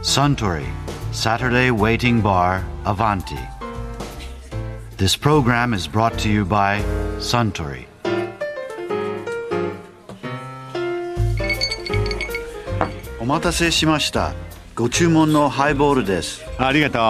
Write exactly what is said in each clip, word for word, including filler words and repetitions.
Suntory Saturday Waiting Bar Avanti. This program is brought to you by Suntory. お待たせしました。ご注文のハイボールです。 ありがとう。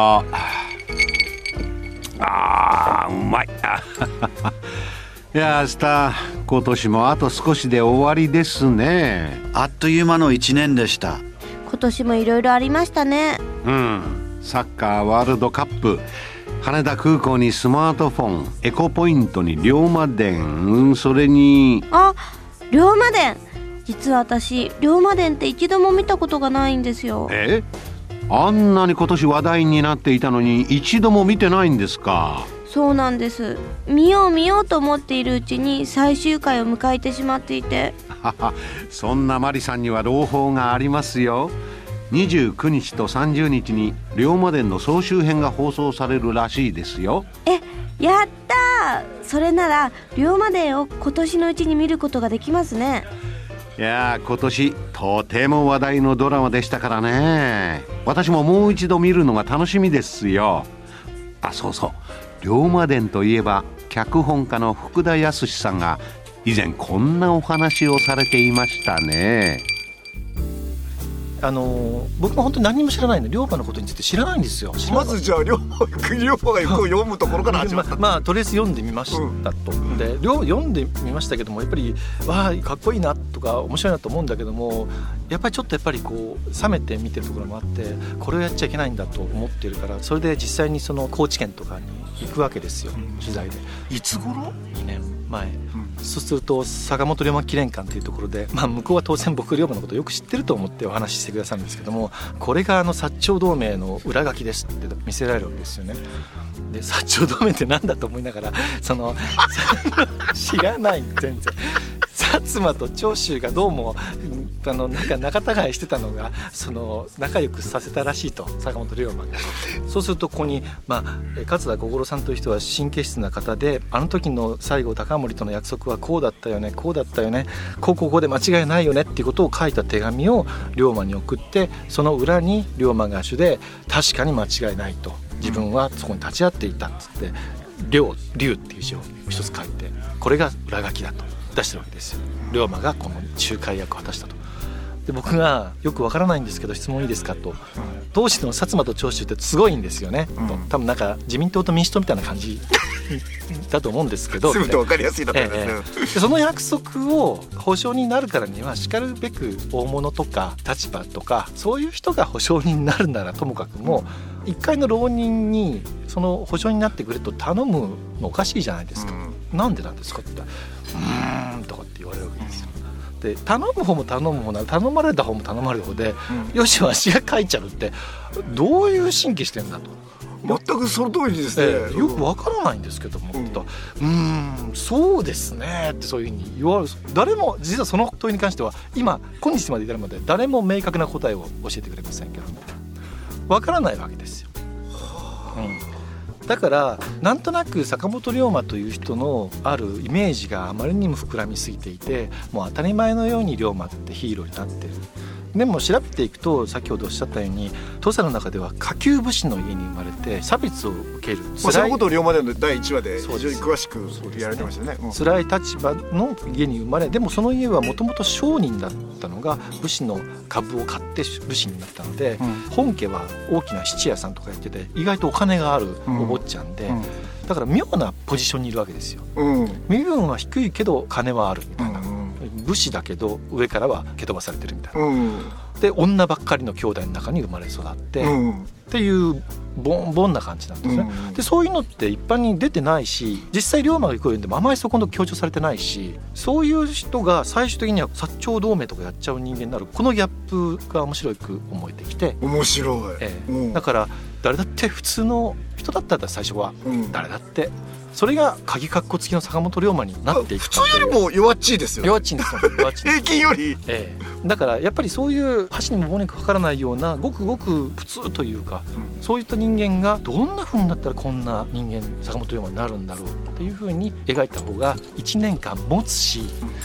あー、うまい。いやー、スター、今年もあと少しで終わりですね。 あっという間のいちねんでした。 今年もいろいろありましたね。 うん、サッカーワールドカップ、羽田空港にスマートフォン、エコポイントに龍馬伝、うん、それにあ、龍馬伝。実は私、龍馬伝って一度も見たことがないんですよ。 え？あんなに今年話題になっていたのに一度も見てないんですか？ そうなんです。見よう見ようと思っているうちに最終回を迎えてしまっていてそんなマリさんには朗報がありますよ。にじゅうくにちとさんじゅうにちに龍馬伝の総集編が放送されるらしいですよ。 え、やったー。それなら龍馬伝を今年のうちに見ることができますね。 いやー、今年とても話題のドラマでしたからね。私ももう一度見るのが楽しみですよ。あ、そうそう、龍馬伝といえば脚本家の福田康さんが以前こんなお話をされていましたね。 あの僕も本当に何も知らないので龍馬のことについて知らないんですよ。 まずじゃあ龍馬龍馬が読むところから始まったま, まあとりあえず読んでみましたと、うん、で読んでみましたけども、やっぱりわあかっこいいなとか面白いなと思うんだけども、やっぱりちょっとやっぱりこう冷めて見てるところもあって、これをやっちゃいけないんだと思ってるから、それで実際にその高知県とかに行くわけですよ、うん、取材で。 いつ頃？ にねんまえ、うん、そうすると坂本龍馬記念館というところで、まあ、向こうは当然僕龍馬のことをよく知ってると思ってお話ししてくださるんですけども、これがあの薩長同盟の裏書きですって見せられるわけですよね。で薩長同盟ってなんだと思いながらその知らない、全然薩摩と長州がどうもあのなんか仲違いしてたのがその仲良くさせたらしいと、坂本龍馬が。そうするとここに、まあ、勝田心さんという人は神経質な方で、あの時の西郷隆盛との約束はこうだったよね、こうだったよね、こうこうこうで間違いないよねっていうことを書いた手紙を龍馬に送って、その裏に龍馬が主で確かに間違いないと、自分はそこに立ち会っていたっつって龍龍っていう字を一つ書いて、これが裏書きだと出してるわけですよ。龍馬がこの仲介役を果たしたと。で僕がよくわからないんですけど質問いいですかと、当時の薩摩と長州ってすごいんですよね、うん、と多分なんか自民党と民主党みたいな感じだと思うんですけどすぐと分かりやすいだったんですね、 ええ、でその約束を保証人になるからにはしかるべく大物とか立場とかそういう人が保証人になるならともかくも、一回の浪人にその保証人になってくれと頼むのおかしいじゃないですか、うん、なんでなんですかって言ったらうーんとかって言われるわけですよ。で頼む方も頼む方なら頼まれた方も頼まれる方で、うん、よしわしが書いちゃうってどういう神経してんだと。 全くその通りですね、 えー、よくわからないんですけども、うん、うーんそうですねってそういうふうに言われる。誰も実はその問いに関しては今今日まで至るまで誰も明確な答えを教えてくれませんけども、わからないわけですよ、うん、だからなんとなく坂本龍馬という人のあるイメージがあまりにも膨らみすぎていて、もう当たり前のように龍馬ってヒーローになってる。でも調べていくと先ほどおっしゃったように土佐の中では下級武士の家に生まれて差別を受ける、 まあ、そのことを龍馬伝のだいいちわで非常に詳しくやられてましたね。 辛い立場の家に生まれ、でもその家はもともと商人だったのが武士の株を買って武士になったので、うん、本家は大きな質屋さんとかやってて意外とお金があるお坊ちゃんで、うんうん、だから妙なポジションにいるわけですよ、うん、身分は低いけど金はあるみたいな、うん、武士だけど上からは蹴飛ばされてるみたいな、うん、で女ばっかりの兄弟の中に生まれ育って、うん、っていうボンボンな感じなんですね、うん、でそういうのって一般に出てないし、実際龍馬が行くようにでもあまりそこの強調されてないし、そういう人が最終的には薩長同盟とかやっちゃう人間になる、このギャップが面白く思えてきて、 面白い、 ええ、うん、だから誰だって普通の人だったら最初は誰だって、うん、それが鍵カッコ付きの坂本龍馬になっていく。 普通よりも弱っちいですよ、ね、 弱っちいんですよ平均より、 ええ、だからやっぱりそういう箸にも棒にもかからないようなごくごく普通というか、うん、そういった人間がどんな風になったらこんな人間坂本龍馬になるんだろうっていう風に描いた方がいちねんかん持つし、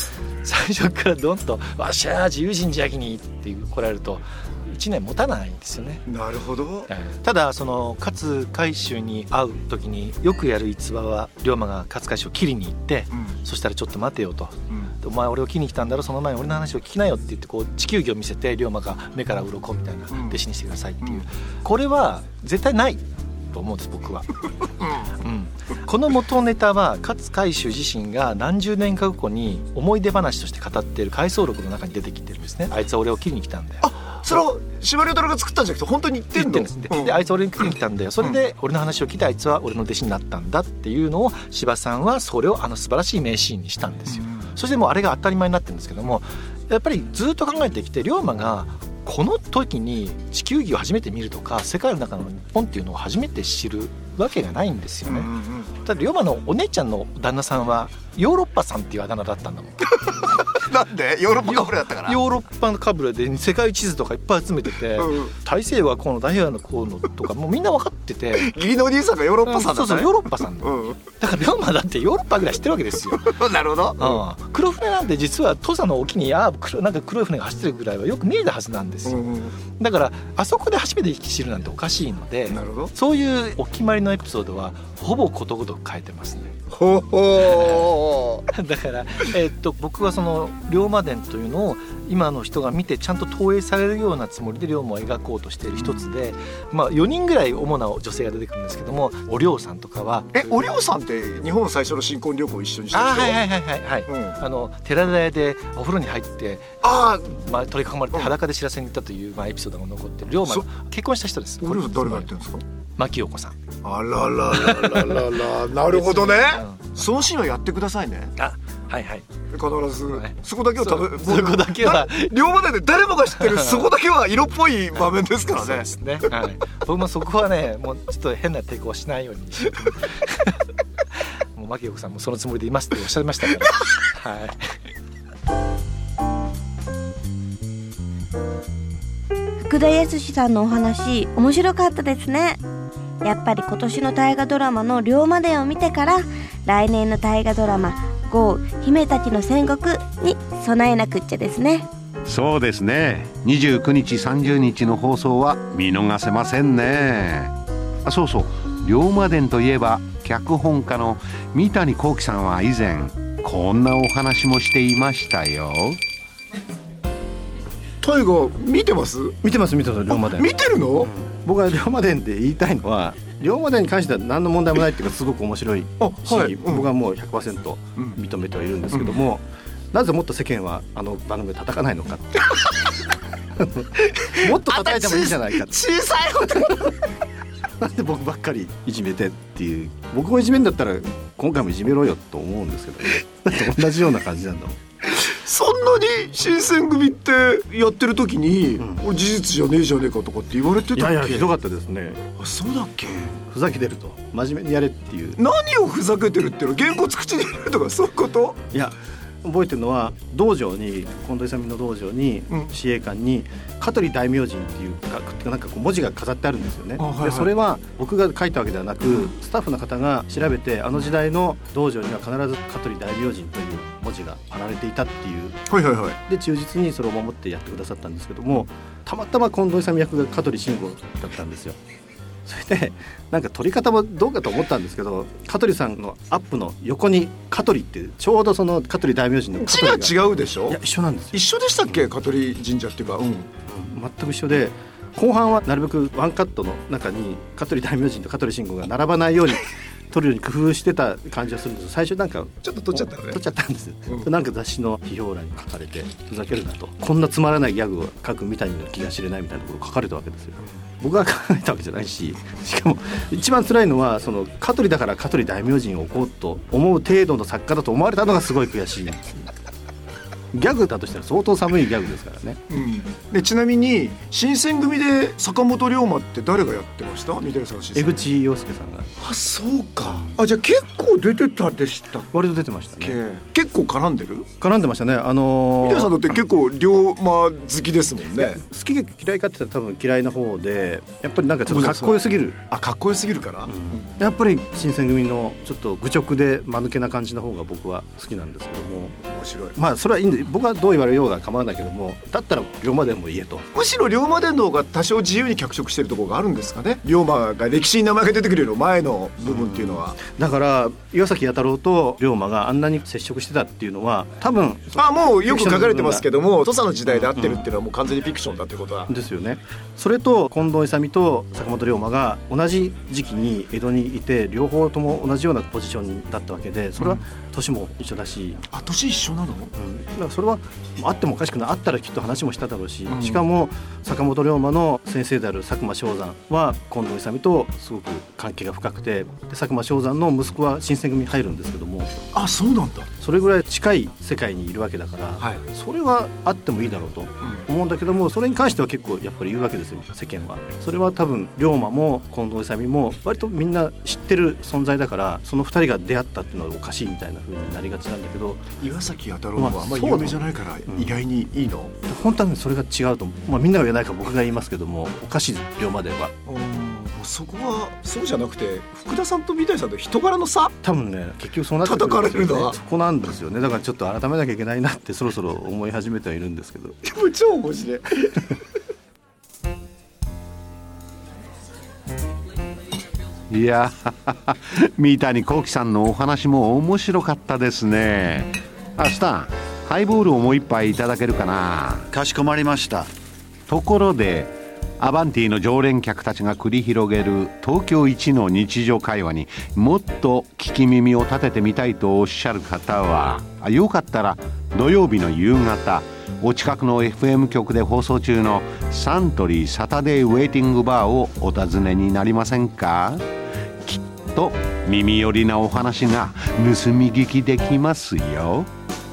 最初からドンとわっしゃー自由人じゃきにって来られるといちねん持たないんですよね。 なるほど。 ただその勝海舟に会う時によくやる逸話は、龍馬が勝海舟を切りに行って、うん、そしたらちょっと待てよと、うん、お前俺を切りに来たんだろ、その前に俺の話を聞きなよって言って、こう地球儀を見せて龍馬が目から鱗みたいな、弟子にしてくださいっていう、うん、これは絶対ないと思うんです僕は、うん、この元ネタは勝海舟自身が何十年か後に思い出話として語っている回想録の中に出てきてるんですね。あいつは俺を切りに来たんだよ。 あ、それを司馬遼太郎が作ったんじゃなくて本当に言ってんの？ 言ってんです。で、であいつは俺に切りに来たんだよ、それで俺の話を聞いてあいつは俺の弟子になったんだっていうのを司馬さんはそれをあの素晴らしい名シーンにしたんですよ、うん、そしてもうあれが当たり前になってるんですけども、やっぱりずっと考えてきて龍馬がこの時に地球儀を初めて見るとか世界の中の日本っていうのを初めて知るわけがないんですよね、うんうん、ただ龍馬のお姉ちゃんの旦那さんはヨーロッパさんっていうあだ名だったんだもんなんでヨーロッパかぶれだったから。 ヨーロッパのかぶれで世界地図とかいっぱい集めてて、うん、大西洋はこうの大平洋のこうのとかもうみんな分かってて義理のお兄さんがヨーロッパさんだったね。 そうそうヨーロッパさんだ、うん、だから龍馬だってヨーロッパぐらい知ってるわけですよなるほど、 うん、黒船なんて実は土佐の沖にあ黒なんか黒い船が走ってるぐらいはよく見えたはずなんですよ、うんうん、だからあそこで初めて知るなんておかしいので、なるほど、そういうお決まりのエピソードはほぼことごとく変えてますね。 ほほだから、えー、っと僕はその龍馬伝というのを今の人が見てちゃんと投影されるようなつもりで龍馬を描こうとしている一つで、まあ、よにんぐらい主な女性が出てくるんですけども、お龍さんとかはえお龍さんって日本最初の新婚旅行を一緒にした人。 あはいはいはいはい、はい、うん、あの寺田屋でお風呂に入ってあ、 まあ、取り囲まれて裸で知らせに行ったという、まあ、エピソードが残ってる龍馬の結婚した人です。 お龍さん誰がやってるんですか？ 牧陽子さん。 あららららららなるほどね、うん、そのシーンはやってくださいね。 あはいはい、 必ず、はい、そこだけは食べそこだけは龍馬伝で誰もが知ってるそこだけは色っぽい場面ですからね。 そうですね、はい、僕もそこはねもうちょっと変な抵抗しないようにもう牧陽子さんもそのつもりでいますっておっしゃいましたからはい福田康さんのお話面白かったですね。やっぱり今年の大河ドラマの龍馬伝を見てから来年の大河ドラマゴー姫たちの戦国に備えなくっちゃですね。 そうですね、にじゅうくにちさんじゅうにちの放送は見逃せませんね。あ、そうそう、龍馬伝といえば脚本家の三谷幸喜さんは以前こんなお話もしていましたよ。 大河見てます？ 見てます見てます龍馬伝見てるの、うん、 僕は龍馬伝で言いたいのは龍馬伝に関しては何の問題もないっていうかすごく面白いし、はい、うん、僕はもう ひゃくパーセント 認めてはいるんですけども、うん、なぜもっと世間はあの番組で叩かないのかもっと叩いてもいいじゃないかって小さいことなんで僕ばっかりいじめてっていう、僕をいじめるんだったら今回もいじめろよと思うんですけどねだって同じような感じなんだもんそんなに新選組ってやってる時に、うん、事実じゃねえじゃねえかとかって言われてたっけ？いやいやひどかったですね。 あ、そうだっけ？ ふざけてると真面目にやれっていう。 何をふざけてるっていうの？げんこつ口に入れるとかそういうこと？ いや覚えてるのは道場に近藤勇の道場に、うん、司令官に香取大明神っていうかなんかこう文字が飾ってあるんですよね。はいはい、でそれは僕が書いたわけではなく、うん、スタッフの方が調べてあの時代の道場には必ず香取大明神という文字が貼られていたっていう、 はいはいはい、 で忠実にそれを守ってやってくださったんですけども、たまたま近藤勇役が香取慎吾だったんですよ。それでなんか撮り方もどうかと思ったんですけど、香取さんのアップの横に香取ってちょうどその香取大明神の香取が字が違うでしょ？ いや一緒なんですよ。 一緒でしたっけ？香取神社っていうか、うんうん、 全く一緒で、後半はなるべくワンカットの中に香取大明神と香取慎吾が並ばないように撮るように工夫してた感じがするんです。最初なんかちょっと撮っちゃったね。 撮っちゃったんですよ、うん、なんか雑誌の批評欄に書かれてふざけるなと、こんなつまらないギャグを書くみたいな気が知れないみたいなところ書かれたわけですよ。僕が考えたわけじゃないし、しかも一番辛いのはその香取だから香取大明神を置こうと思う程度の作家だと思われたのがすごい悔しいんです。 ギャグだとしたら相当寒いギャグですからね、 うん、でちなみに新選組で坂本龍馬って誰がやってました？三谷さんの新選組。 江口洋介さんが。 あ、そうか。あ、じゃあ結構出てたでしたっけ？ 割と出てましたね。 結構絡んでる？ 絡んでましたね。あのー、 三谷さんだって結構龍馬好きですもんね。 好きが嫌いかって言ったら多分嫌いな方で、やっぱりなんかちょっとかっこよすぎる。 あ、かっこよすぎるから、うん、 やっぱり新選組のちょっと愚直で間抜けな感じの方が僕は好きなんですけども。 面白い。 まあそれはいいんで、僕はどう言われようが構わないけども、だったら龍馬伝も言えと。 むしろ龍馬伝の方が多少自由に脚色してるところがあるんですかね。龍馬が歴史に名前が出てくるより前の部分っていうのは、 うん、だから岩崎弥太郎と龍馬があんなに接触してたっていうのは多分、 あ、もうよく書かれてますけども、土佐の時代で合ってるっていうのはもう完全にフィクションだっていうことは、 うん、ですよね。それと近藤勇と坂本龍馬が同じ時期に江戸にいて、両方とも同じようなポジションだったわけで、それは年も一緒だし、 うん、あ、年一緒なの？うんだからそれはあってもおかしくない。あったらきっと話もしただろうし、うん、しかも坂本龍馬の先生である佐久間象山は近藤勇とすごく関係が深くて、で佐久間象山の息子は新選組に入るんですけども、 あ、そうなんだ。 それぐらい近い世界にいるわけだから、はい、それはあってもいいだろうと思うんだけども、それに関しては結構やっぱり言うわけですよ、世間は。それは多分龍馬も近藤勇も割とみんな知ってる存在だから、そのふたりが出会ったっていうのはおかしいみたいな風になりがちなんだけど、 岩崎弥太郎はあんまり有名じゃないから意外にいいの、 うん、本当はそれが違うと思う、まあ、みんなが言えないから僕が言いますけども、おかしい龍馬伝は。 そこはそうじゃなくて、福田さんと三谷さんと人柄の差、 多分ね結局そうなってくるんですよね。 叩かれるのはそこなんですよね。だからちょっと改めなきゃいけないなってそろそろ思い始めてはいるんですけど。 でも超面白いいや三谷幸喜さんのお話も面白かったですね。あ、スタン、ハイボールをもう一杯いただけるかな？ かしこまりました。 ところでアバンティの常連客たちが繰り広げる東京一の日常会話にもっと聞き耳を立ててみたいとおっしゃる方は、よかったら土曜日の夕方お近くの エフエム 局で放送中のサントリーサタデーウェイティングバーをお尋ねになりませんか？きっと耳寄りなお話が盗み聞きできますよ。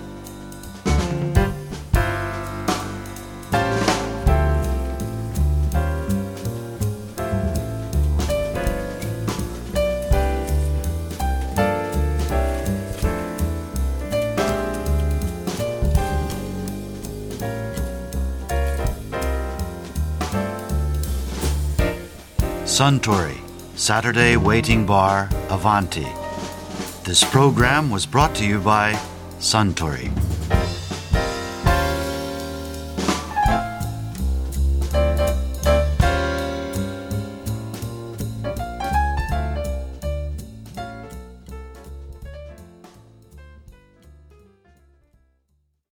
Suntory Saturday Waiting Bar Avanti. This program was brought to you by Suntory.